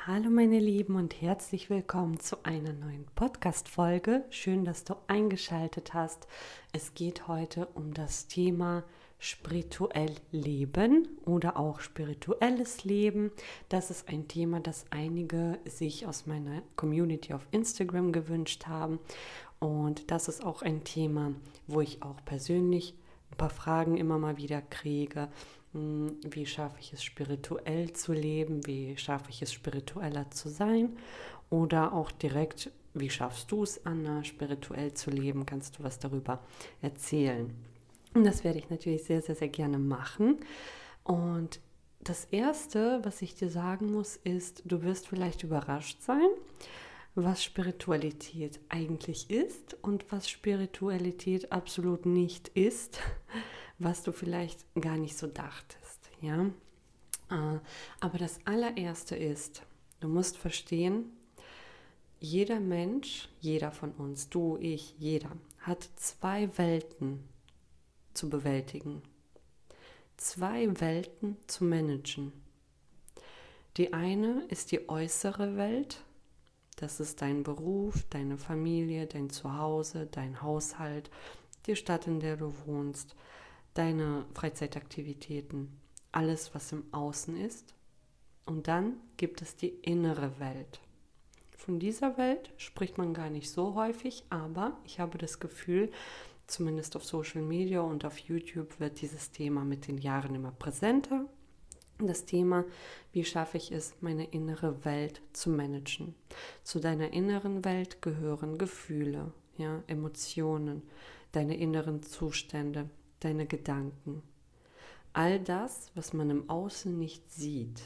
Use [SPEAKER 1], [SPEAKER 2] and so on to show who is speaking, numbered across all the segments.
[SPEAKER 1] Hallo meine Lieben und herzlich willkommen zu einer neuen Podcast-Folge. Schön, dass du eingeschaltet hast. Es geht heute um das Thema spirituell leben oder auch spirituelles Leben. Das ist ein Thema, das einige sich aus meiner Community auf Instagram gewünscht haben. Und das ist auch ein Thema, wo ich auch persönlich ein paar Fragen immer mal wieder kriege. Wie schaffe ich es spirituell zu leben? Wie schaffe ich es spiritueller zu sein? Oder auch direkt, wie schaffst du es, Anna, spirituell zu leben? Kannst du was darüber erzählen? Und das werde ich natürlich sehr, sehr, sehr gerne machen. Und das Erste, was ich dir sagen muss, ist, du wirst vielleicht überrascht sein, was Spiritualität eigentlich ist und was Spiritualität absolut nicht ist, was du vielleicht gar nicht so dachtest. Ja? Aber das allererste ist, du musst verstehen, jeder Mensch, jeder von uns, du, ich, jeder, hat zwei Welten zu bewältigen, zwei Welten zu managen. Die eine ist die äußere Welt. Das ist dein Beruf, deine Familie, dein Zuhause, dein Haushalt, die Stadt, in der du wohnst, deine Freizeitaktivitäten, alles, was im Außen ist. Und dann gibt es die innere Welt. Von dieser Welt spricht man gar nicht so häufig, aber ich habe das Gefühl, zumindest auf Social Media und auf YouTube wird dieses Thema mit den Jahren immer präsenter. Das Thema, wie schaffe ich es, meine innere Welt zu managen. Zu deiner inneren Welt gehören Gefühle, ja, Emotionen, deine inneren Zustände, deine Gedanken. All das, was man im Außen nicht sieht.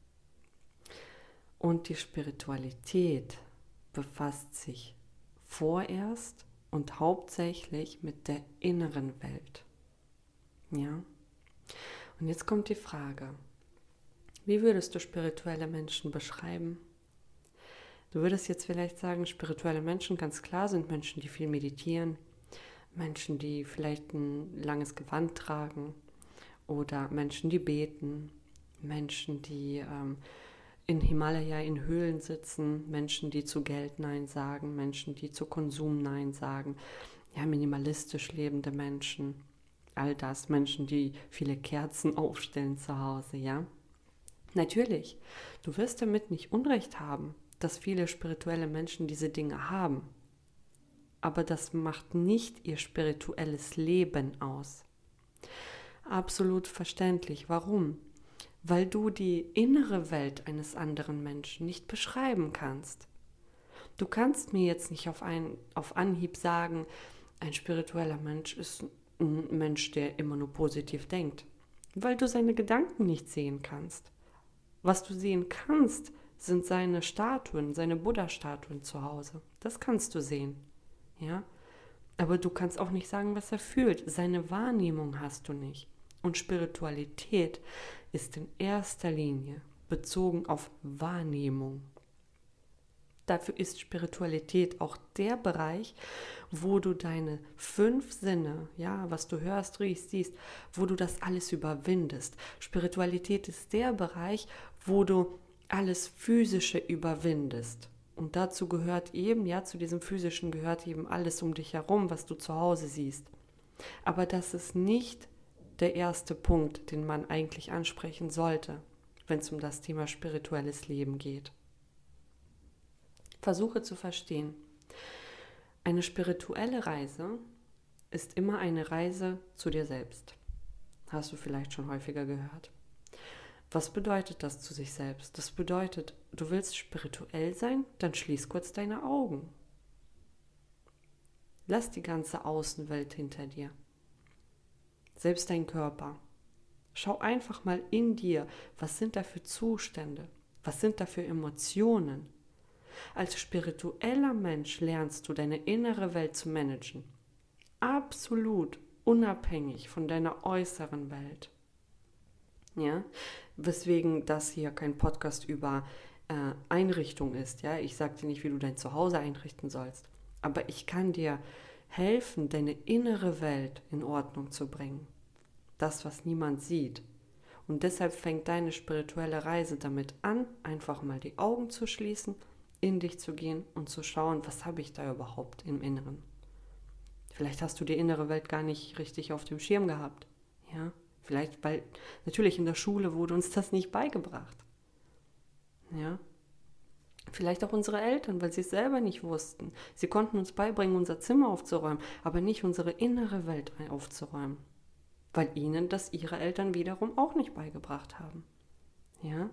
[SPEAKER 1] Und die Spiritualität befasst sich vorerst und hauptsächlich mit der inneren Welt. Ja? Und jetzt kommt die Frage, wie würdest du spirituelle Menschen beschreiben? Du würdest jetzt vielleicht sagen, spirituelle Menschen, ganz klar, sind Menschen, die viel meditieren, Menschen, die vielleicht ein langes Gewand tragen oder Menschen, die beten, Menschen, die in Himalaya in Höhlen sitzen, Menschen, die zu Geld Nein sagen, Menschen, die zu Konsum Nein sagen, ja, minimalistisch lebende Menschen, all das, Menschen, die viele Kerzen aufstellen zu Hause, ja. Natürlich, du wirst damit nicht Unrecht haben, dass viele spirituelle Menschen diese Dinge haben. Aber das macht nicht ihr spirituelles Leben aus. Absolut verständlich. Warum? Weil du die innere Welt eines anderen Menschen nicht beschreiben kannst. Du kannst mir jetzt nicht auf Anhieb sagen, ein spiritueller Mensch ist ein Mensch, der immer nur positiv denkt, weil du seine Gedanken nicht sehen kannst. Was du sehen kannst, sind seine Statuen, seine Buddha-Statuen zu Hause. Das kannst du sehen. Ja? Aber du kannst auch nicht sagen, was er fühlt. Seine Wahrnehmung hast du nicht. Und Spiritualität ist in erster Linie bezogen auf Wahrnehmung. Dafür ist Spiritualität auch der Bereich, wo du deine 5 Sinne, ja, was du hörst, riechst, siehst, wo du das alles überwindest. Spiritualität ist der Bereich, wo du alles Physische überwindest. Und dazu gehört eben, ja, zu diesem Physischen gehört eben alles um dich herum, was du zu Hause siehst. Aber das ist nicht der erste Punkt, den man eigentlich ansprechen sollte, wenn es um das Thema spirituelles Leben geht. Versuche zu verstehen. Eine spirituelle Reise ist immer eine Reise zu dir selbst. Hast du vielleicht schon häufiger gehört. Was bedeutet das zu sich selbst? Das bedeutet, du willst spirituell sein, dann schließ kurz deine Augen. Lass die ganze Außenwelt hinter dir. Selbst dein Körper. Schau einfach mal in dir, was sind da für Zustände? Was sind da für Emotionen? Als spiritueller Mensch lernst du deine innere Welt zu managen. Absolut unabhängig von deiner äußeren Welt. Ja? Weswegen das hier kein Podcast über Einrichtung ist. Ja? Ich sage dir nicht, wie du dein Zuhause einrichten sollst. Aber ich kann dir helfen, deine innere Welt in Ordnung zu bringen. Das, was niemand sieht. Und deshalb fängt deine spirituelle Reise damit an, einfach mal die Augen zu schließen, in dich zu gehen und zu schauen, was habe ich da überhaupt im Inneren. Vielleicht hast du die innere Welt gar nicht richtig auf dem Schirm gehabt. Ja? Vielleicht, weil natürlich in der Schule wurde uns das nicht beigebracht. Ja? Vielleicht auch unsere Eltern, weil sie es selber nicht wussten. Sie konnten uns beibringen, unser Zimmer aufzuräumen, aber nicht unsere innere Welt aufzuräumen. Weil ihnen das ihre Eltern wiederum auch nicht beigebracht haben. Ja?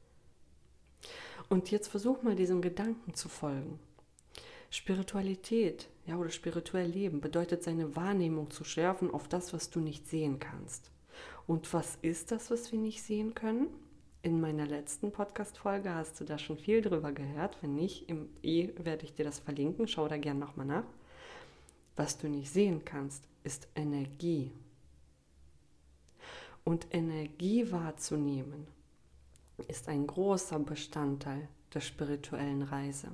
[SPEAKER 1] Und jetzt versuch mal diesem Gedanken zu folgen. Spiritualität, ja, oder spirituell leben bedeutet, seine Wahrnehmung zu schärfen auf das, was du nicht sehen kannst. Und was ist das, was wir nicht sehen können? In meiner letzten Podcast-Folge hast du da schon viel drüber gehört. Wenn nicht, werde ich dir das verlinken. Schau da gerne nochmal nach. Was du nicht sehen kannst, ist Energie. Und Energie wahrzunehmen, ist ein großer Bestandteil der spirituellen Reise.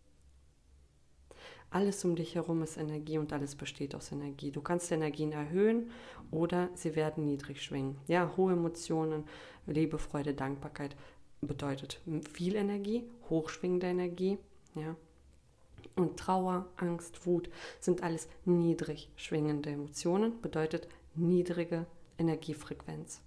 [SPEAKER 1] Alles um dich herum ist Energie und alles besteht aus Energie. Du kannst Energien erhöhen oder sie werden niedrig schwingen. Ja, hohe Emotionen, Liebe, Freude, Dankbarkeit bedeutet viel Energie, hochschwingende Energie. Ja. Und Trauer, Angst, Wut sind alles niedrig schwingende Emotionen, bedeutet niedrige Energiefrequenz.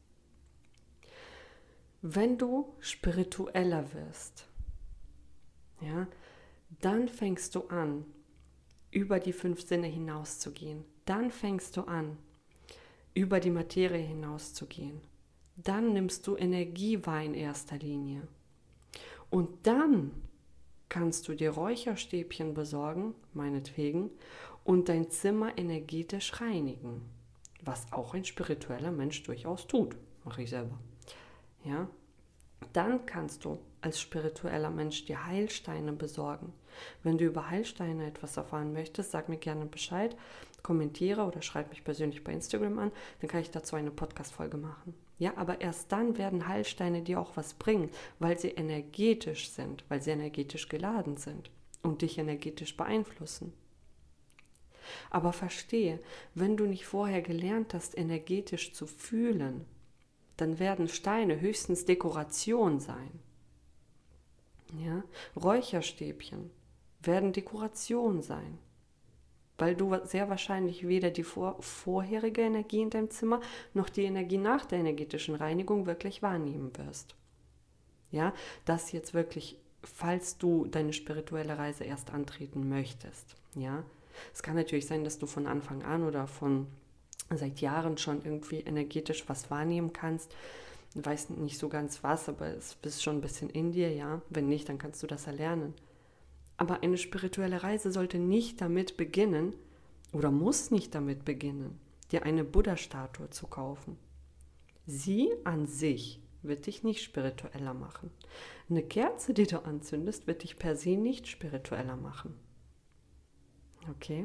[SPEAKER 1] Wenn du spiritueller wirst, ja, dann fängst du an, über die 5 Sinne hinauszugehen. Dann fängst du an, über die Materie hinauszugehen. Dann nimmst du Energie wahr in erster Linie. Und dann kannst du dir Räucherstäbchen besorgen, meinetwegen, und dein Zimmer energetisch reinigen. Was auch ein spiritueller Mensch durchaus tut. Mache ich selber. Ja? Dann kannst du als spiritueller Mensch dir Heilsteine besorgen. Wenn du über Heilsteine etwas erfahren möchtest, sag mir gerne Bescheid, kommentiere oder schreib mich persönlich bei Instagram an, dann kann ich dazu eine Podcast-Folge machen. Ja, aber erst dann werden Heilsteine dir auch was bringen, weil sie energetisch sind, weil sie energetisch geladen sind und dich energetisch beeinflussen. Aber verstehe, wenn du nicht vorher gelernt hast, energetisch zu fühlen, dann werden Steine höchstens Dekoration sein. Ja? Räucherstäbchen werden Dekoration sein, weil du sehr wahrscheinlich weder die vorherige Energie in deinem Zimmer noch die Energie nach der energetischen Reinigung wirklich wahrnehmen wirst. Ja, das jetzt wirklich, falls du deine spirituelle Reise erst antreten möchtest. Ja, es kann natürlich sein, dass du von Anfang an oder seit Jahren schon irgendwie energetisch was wahrnehmen kannst. Ich weiß nicht so ganz was, aber es bist schon ein bisschen in dir, ja. Wenn nicht, dann kannst du das erlernen. Aber eine spirituelle Reise sollte nicht damit beginnen oder muss nicht damit beginnen, dir eine Buddha-Statue zu kaufen. Sie an sich wird dich nicht spiritueller machen. Eine Kerze, die du anzündest, wird dich per se nicht spiritueller machen. Okay?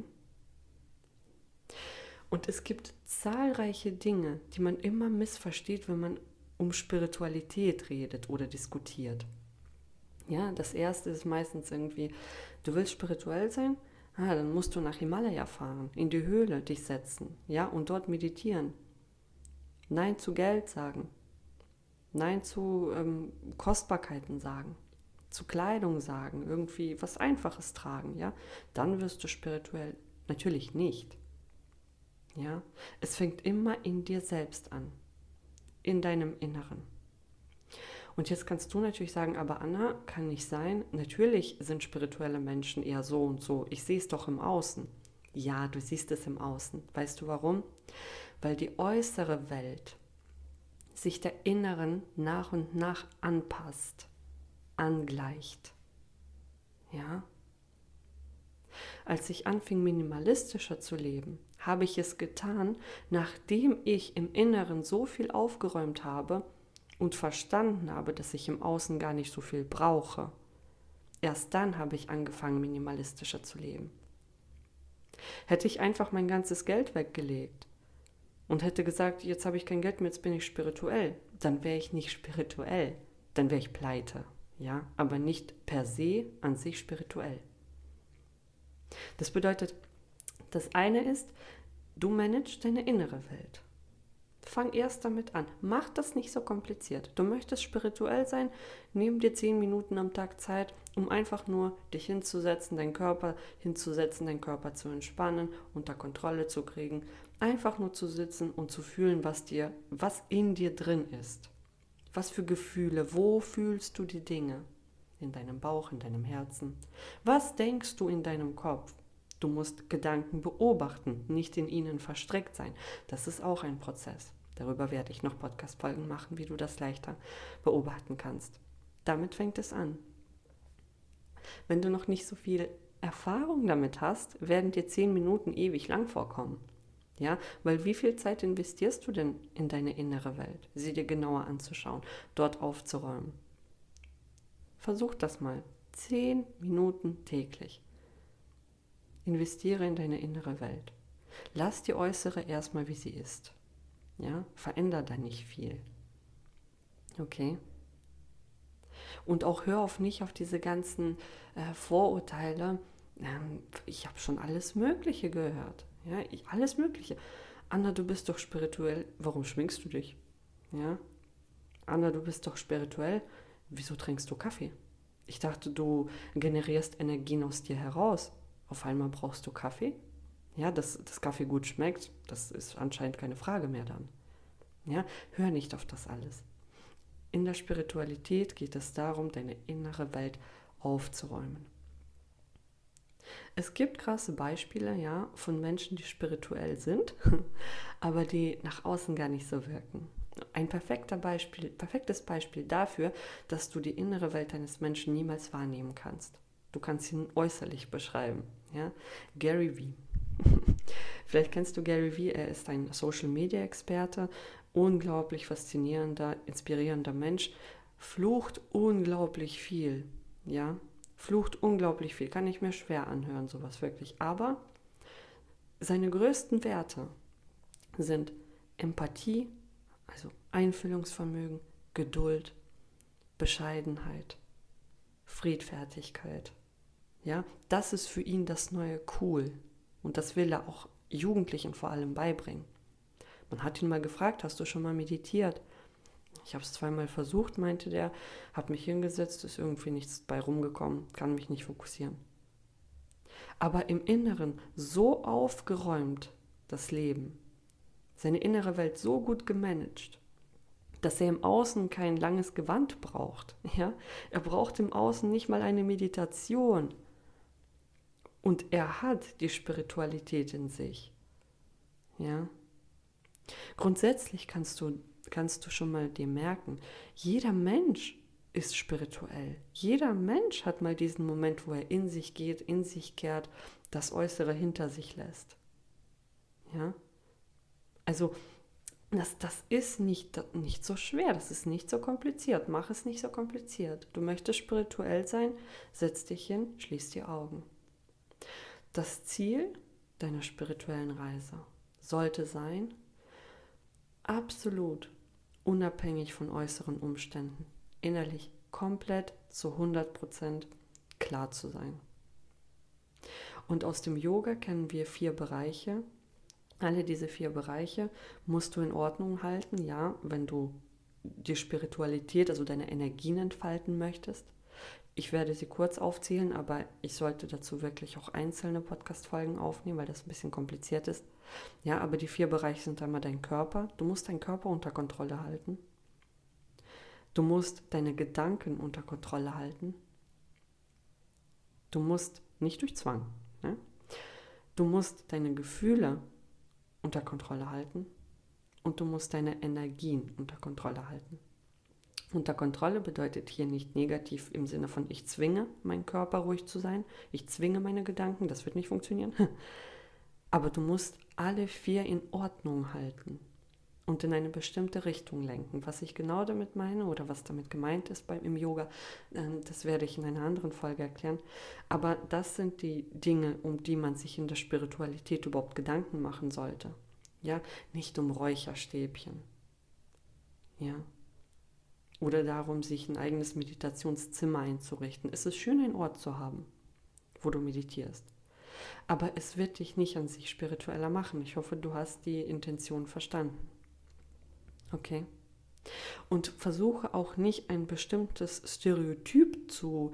[SPEAKER 1] Und es gibt zahlreiche Dinge, die man immer missversteht, wenn man um Spiritualität redet oder diskutiert. Ja, das erste ist meistens irgendwie, du willst spirituell sein? Dann musst du nach Himalaya fahren, in die Höhle dich setzen, ja, und dort meditieren. Nein zu Geld sagen. Nein zu Kostbarkeiten sagen. Zu Kleidung sagen, irgendwie was Einfaches tragen, ja. Dann wirst du spirituell. Natürlich nicht. Ja, es fängt immer in dir selbst an, in deinem Inneren. Und jetzt kannst du natürlich sagen, aber Anna, kann nicht sein. Natürlich sind spirituelle Menschen eher so und so. Ich sehe es doch im Außen. Ja, du siehst es im Außen. Weißt du warum? Weil die äußere Welt sich der inneren nach und nach anpasst, angleicht. Ja? Als ich anfing, minimalistischer zu leben, habe ich es getan, nachdem ich im Inneren so viel aufgeräumt habe und verstanden habe, dass ich im Außen gar nicht so viel brauche. Erst dann habe ich angefangen, minimalistischer zu leben. Hätte ich einfach mein ganzes Geld weggelegt und hätte gesagt, jetzt habe ich kein Geld mehr, jetzt bin ich spirituell, dann wäre ich nicht spirituell, dann wäre ich pleite, ja, aber nicht per se an sich spirituell. Das bedeutet, das eine ist, du managst deine innere Welt. fang erst damit an. Mach das nicht so kompliziert. Du möchtest spirituell sein, nimm dir 10 Minuten am Tag Zeit, um einfach nur dich hinzusetzen, deinen Körper zu entspannen, unter Kontrolle zu kriegen. Einfach nur zu sitzen und zu fühlen, was in dir drin ist. Was für Gefühle, wo fühlst du die Dinge? In deinem Bauch, in deinem Herzen. Was denkst du in deinem Kopf? Du musst Gedanken beobachten, nicht in ihnen verstrickt sein. Das ist auch ein Prozess. Darüber werde ich noch Podcast-Folgen machen, wie du das leichter beobachten kannst. Damit fängt es an. Wenn du noch nicht so viel Erfahrung damit hast, werden dir 10 Minuten ewig lang vorkommen. Ja, weil wie viel Zeit investierst du denn in deine innere Welt, sie dir genauer anzuschauen, dort aufzuräumen? Versuch das mal. 10 Minuten täglich. Investiere in deine innere Welt. Lass die äußere erstmal, wie sie ist. Ja, veränder da nicht viel. Okay? Und auch hör nicht auf diese ganzen Vorurteile. Ich habe schon alles Mögliche gehört. Ja, alles Mögliche. Anna, du bist doch spirituell. Warum schminkst du dich? Ja? Anna, du bist doch spirituell. Wieso trinkst du Kaffee? Ich dachte, du generierst Energien aus dir heraus. Auf einmal brauchst du Kaffee? Ja, dass Kaffee gut schmeckt, das ist anscheinend keine Frage mehr dann. Ja, hör nicht auf das alles. In der Spiritualität geht es darum, deine innere Welt aufzuräumen. Es gibt krasse Beispiele, ja, von Menschen, die spirituell sind, aber die nach außen gar nicht so wirken. Ein perfektes Beispiel dafür, dass du die innere Welt eines Menschen niemals wahrnehmen kannst. Du kannst ihn äußerlich beschreiben. Ja? Gary Vee. Vielleicht kennst du Gary Vee, er ist ein Social-Media-Experte, unglaublich faszinierender, inspirierender Mensch, flucht unglaublich viel. Ja? Flucht unglaublich viel, kann ich mir schwer anhören, sowas wirklich. Aber seine größten Werte sind Empathie, also Einfühlungsvermögen, Geduld, Bescheidenheit, Friedfertigkeit. Ja, das ist für ihn das neue Cool. Und das will er auch Jugendlichen vor allem beibringen. Man hat ihn mal gefragt, hast du schon mal meditiert? Ich habe es 2-mal versucht, meinte der, habe mich hingesetzt, ist irgendwie nichts bei rumgekommen, kann mich nicht fokussieren. Aber im Inneren so aufgeräumt, das Leben, seine innere Welt so gut gemanagt, dass er im Außen kein langes Gewand braucht. Ja? Er braucht im Außen nicht mal eine Meditation. Und er hat die Spiritualität in sich. Ja? Grundsätzlich kannst du schon mal dir merken, jeder Mensch ist spirituell. Jeder Mensch hat mal diesen Moment, wo er in sich geht, in sich kehrt, das Äußere hinter sich lässt. Ja? Also das ist nicht so schwer, das ist nicht so kompliziert. Mach es nicht so kompliziert. Du möchtest spirituell sein, setz dich hin, schließ die Augen. Das Ziel deiner spirituellen Reise sollte sein, absolut unabhängig von äußeren Umständen, innerlich komplett zu 100% klar zu sein. Und aus dem Yoga kennen wir 4 Bereiche. Alle diese 4 Bereiche musst du in Ordnung halten, ja, wenn du die Spiritualität, also deine Energien entfalten möchtest. Ich werde sie kurz aufzählen, aber ich sollte dazu wirklich auch einzelne Podcast-Folgen aufnehmen, weil das ein bisschen kompliziert ist. Ja, aber die 4 Bereiche sind einmal dein Körper. Du musst deinen Körper unter Kontrolle halten. Du musst deine Gedanken unter Kontrolle halten. Du musst nicht durch Zwang. Ne? Du musst deine Gefühle unter Kontrolle halten und du musst deine Energien unter Kontrolle halten. Unter Kontrolle bedeutet hier nicht negativ im Sinne von ich zwinge meinen Körper ruhig zu sein, ich zwinge meine Gedanken, das wird nicht funktionieren. Aber du musst alle 4 in Ordnung halten und in eine bestimmte Richtung lenken. Was ich genau damit meine oder was damit gemeint ist im Yoga, das werde ich in einer anderen Folge erklären. Aber das sind die Dinge, um die man sich in der Spiritualität überhaupt Gedanken machen sollte. Ja, nicht um Räucherstäbchen. Ja. Oder darum, sich ein eigenes Meditationszimmer einzurichten. Es ist schön, einen Ort zu haben, wo du meditierst. Aber es wird dich nicht an sich spiritueller machen. Ich hoffe, du hast die Intention verstanden. Okay? Und versuche auch nicht ein bestimmtes Stereotyp zu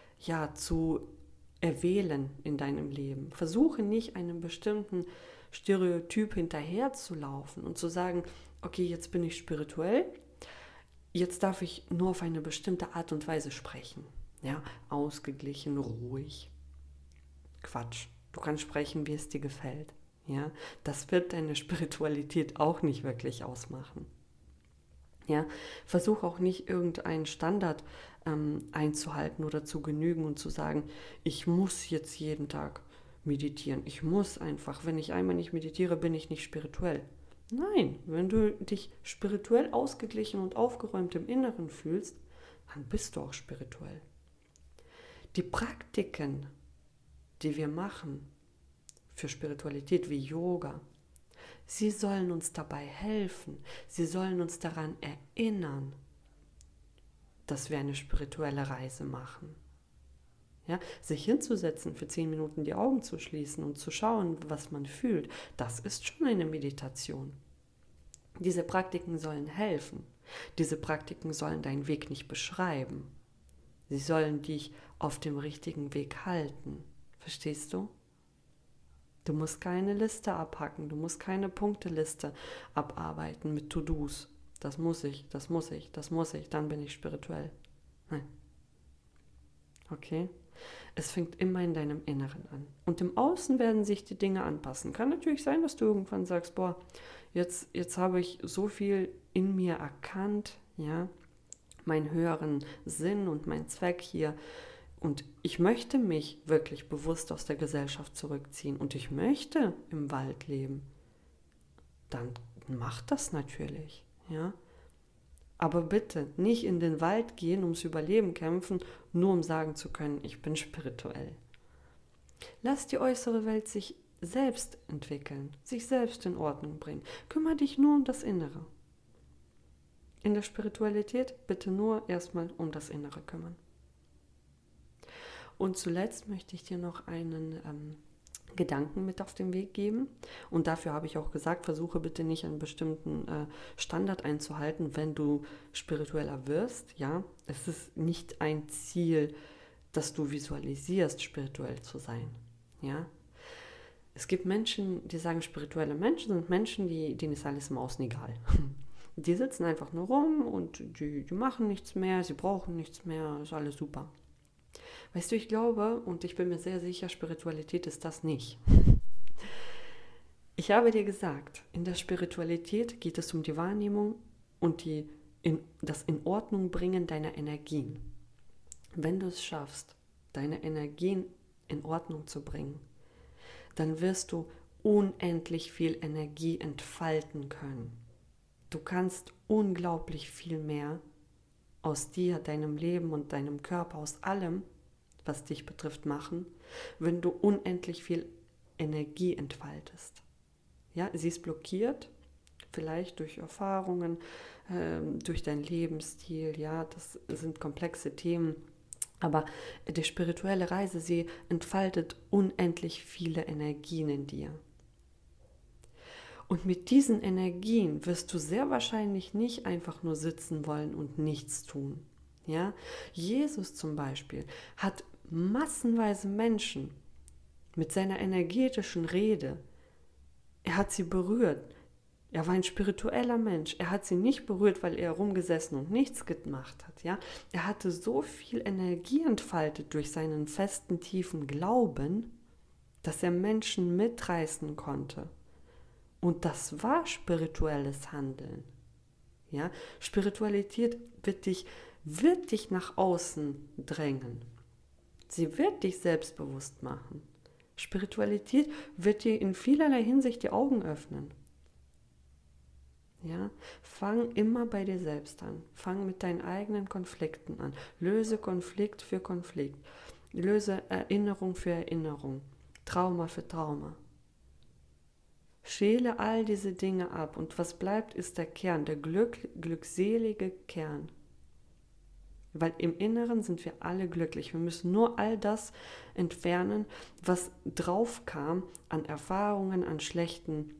[SPEAKER 1] erwählen in deinem Leben. Versuche nicht einem bestimmten Stereotyp hinterherzulaufen und zu sagen, okay, jetzt bin ich spirituell, jetzt darf ich nur auf eine bestimmte Art und Weise sprechen. Ja, ausgeglichen, ruhig. Quatsch. Du kannst sprechen, wie es dir gefällt. Ja, das wird deine Spiritualität auch nicht wirklich ausmachen. Ja, versuch auch nicht irgendeinen Standard einzuhalten oder zu genügen und zu sagen, ich muss jetzt jeden Tag meditieren. Ich muss einfach, wenn ich einmal nicht meditiere, bin ich nicht spirituell. Nein, wenn du dich spirituell ausgeglichen und aufgeräumt im Inneren fühlst, dann bist du auch spirituell. Die Praktiken, die wir machen für Spiritualität wie Yoga, sie sollen uns dabei helfen, sie sollen uns daran erinnern, dass wir eine spirituelle Reise machen. Ja, sich hinzusetzen, für 10 Minuten die Augen zu schließen und zu schauen, was man fühlt, das ist schon eine Meditation. Diese Praktiken sollen helfen. Diese Praktiken sollen deinen Weg nicht beschreiben. Sie sollen dich auf dem richtigen Weg halten. Verstehst du? Du musst keine Liste abhacken, du musst keine Punkteliste abarbeiten mit To-Dos. Das muss ich, das muss ich, das muss ich, dann bin ich spirituell. Nein. Okay? Es fängt immer in deinem Inneren an. Und im Außen werden sich die Dinge anpassen. Kann natürlich sein, dass du irgendwann sagst, boah, jetzt habe ich so viel in mir erkannt, ja, meinen höheren Sinn und meinen Zweck hier. Und ich möchte mich wirklich bewusst aus der Gesellschaft zurückziehen und ich möchte im Wald leben. Dann mach das natürlich, ja. Aber bitte nicht in den Wald gehen, ums Überleben kämpfen, nur um sagen zu können, ich bin spirituell. Lass die äußere Welt sich selbst entwickeln, sich selbst in Ordnung bringen. Kümmere dich nur um das Innere. In der Spiritualität bitte nur erstmal um das Innere kümmern. Und zuletzt möchte ich dir noch einen Gedanken mit auf den Weg geben. Und dafür habe ich auch gesagt, versuche bitte nicht einen bestimmten Standard einzuhalten, wenn du spiritueller wirst. Ja, es ist nicht ein Ziel, dass du visualisierst, spirituell zu sein. Ja, es gibt Menschen, die sagen, spirituelle Menschen sind Menschen, denen ist alles im Außen egal. Die sitzen einfach nur rum und die machen nichts mehr, sie brauchen nichts mehr, ist alles super. Weißt du, ich glaube und ich bin mir sehr sicher, Spiritualität ist das nicht. Ich habe dir gesagt, in der Spiritualität geht es um die Wahrnehmung und das In-Ordnung-Bringen deiner Energien. Wenn du es schaffst, deine Energien in Ordnung zu bringen, dann wirst du unendlich viel Energie entfalten können. Du kannst unglaublich viel mehr aus dir, deinem Leben und deinem Körper, aus allem, was dich betrifft, machen, wenn du unendlich viel Energie entfaltest. Ja, sie ist blockiert, vielleicht durch Erfahrungen, durch deinen Lebensstil, ja, das sind komplexe Themen, aber die spirituelle Reise, sie entfaltet unendlich viele Energien in dir. Und mit diesen Energien wirst du sehr wahrscheinlich nicht einfach nur sitzen wollen und nichts tun. Ja? Jesus zum Beispiel hat massenweise Menschen mit seiner energetischen Rede, er hat sie berührt. Er war ein spiritueller Mensch. Er hat sie nicht berührt, weil er rumgesessen und nichts gemacht hat. Ja? Er hatte so viel Energie entfaltet durch seinen festen, tiefen Glauben, dass er Menschen mitreißen konnte. Und das war spirituelles Handeln. Ja? Spiritualität wird dich nach außen drängen. Sie wird dich selbstbewusst machen. Spiritualität wird dir in vielerlei Hinsicht die Augen öffnen. Ja? Fang immer bei dir selbst an. Fang mit deinen eigenen Konflikten an. Löse Konflikt für Konflikt. Löse Erinnerung für Erinnerung. Trauma für Trauma. Schäle all diese Dinge ab und was bleibt, ist der Kern, der glückselige Kern. Weil im Inneren sind wir alle glücklich. Wir müssen nur all das entfernen, was drauf kam an Erfahrungen, an schlechten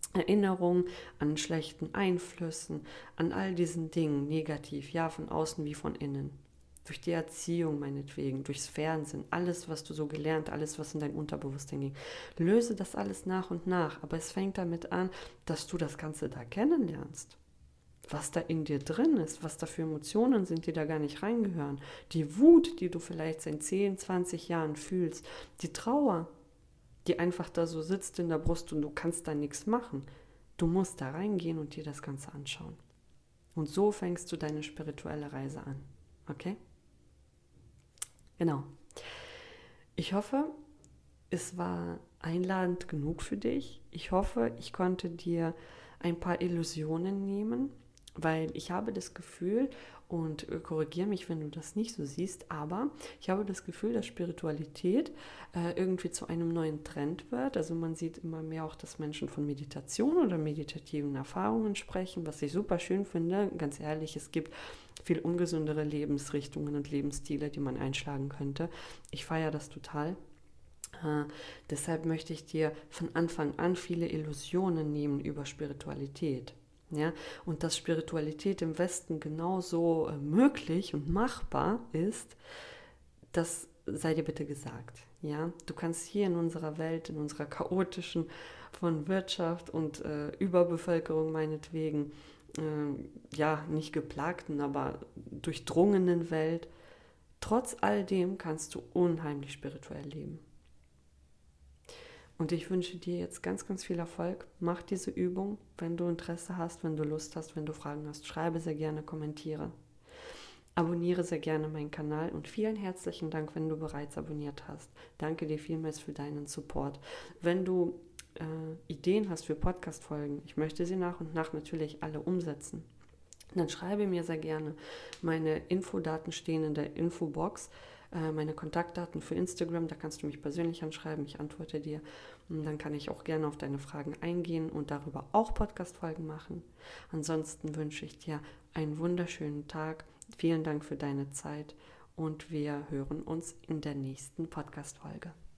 [SPEAKER 1] Erinnerung an schlechten Einflüssen, an all diesen Dingen, negativ, ja, von außen wie von innen. Durch die Erziehung meinetwegen, durchs Fernsehen, alles, was du so gelernt, alles, was in dein Unterbewusstsein ging. Löse das alles nach und nach, aber es fängt damit an, dass du das Ganze da kennenlernst. Was da in dir drin ist, was da für Emotionen sind, die da gar nicht reingehören. Die Wut, die du vielleicht seit 10, 20 Jahren fühlst, die Trauer, die einfach da so sitzt in der Brust und du kannst da nichts machen. Du musst da reingehen und dir das Ganze anschauen. Und so fängst du deine spirituelle Reise an. Okay? Genau. Ich hoffe, es war einladend genug für dich. Ich hoffe, ich konnte dir ein paar Illusionen nehmen, weil ich habe das Gefühl, und korrigiere mich, wenn du das nicht so siehst, aber ich habe das Gefühl, dass Spiritualität irgendwie zu einem neuen Trend wird. Also man sieht immer mehr auch, dass Menschen von Meditation oder meditativen Erfahrungen sprechen, was ich super schön finde. Ganz ehrlich, es gibt viel ungesündere Lebensrichtungen und Lebensstile, die man einschlagen könnte. Ich feiere das total. Deshalb möchte ich dir von Anfang an viele Illusionen nehmen über Spiritualität. Ja? Und dass Spiritualität im Westen genauso möglich und machbar ist, das sei dir bitte gesagt. Ja? Du kannst hier in unserer Welt, in unserer chaotischen von Wirtschaft und Überbevölkerung meinetwegen, ja, nicht geplagten, aber durchdrungenen Welt, trotz all dem kannst du unheimlich spirituell leben. Und ich wünsche dir jetzt ganz, ganz viel Erfolg. Mach diese Übung, wenn du Interesse hast, wenn du Lust hast, wenn du Fragen hast. Schreibe sehr gerne, kommentiere. Abonniere sehr gerne meinen Kanal und vielen herzlichen Dank, wenn du bereits abonniert hast. Danke dir vielmals für deinen Support. Wenn du Ideen hast für Podcast-Folgen, ich möchte sie nach und nach natürlich alle umsetzen, dann schreibe mir sehr gerne. Meine Infodaten stehen in der Infobox. Meine Kontaktdaten für Instagram, da kannst du mich persönlich anschreiben, ich antworte dir. Und dann kann ich auch gerne auf deine Fragen eingehen und darüber auch Podcast-Folgen machen. Ansonsten wünsche ich dir einen wunderschönen Tag. Vielen Dank für deine Zeit und wir hören uns in der nächsten Podcast-Folge.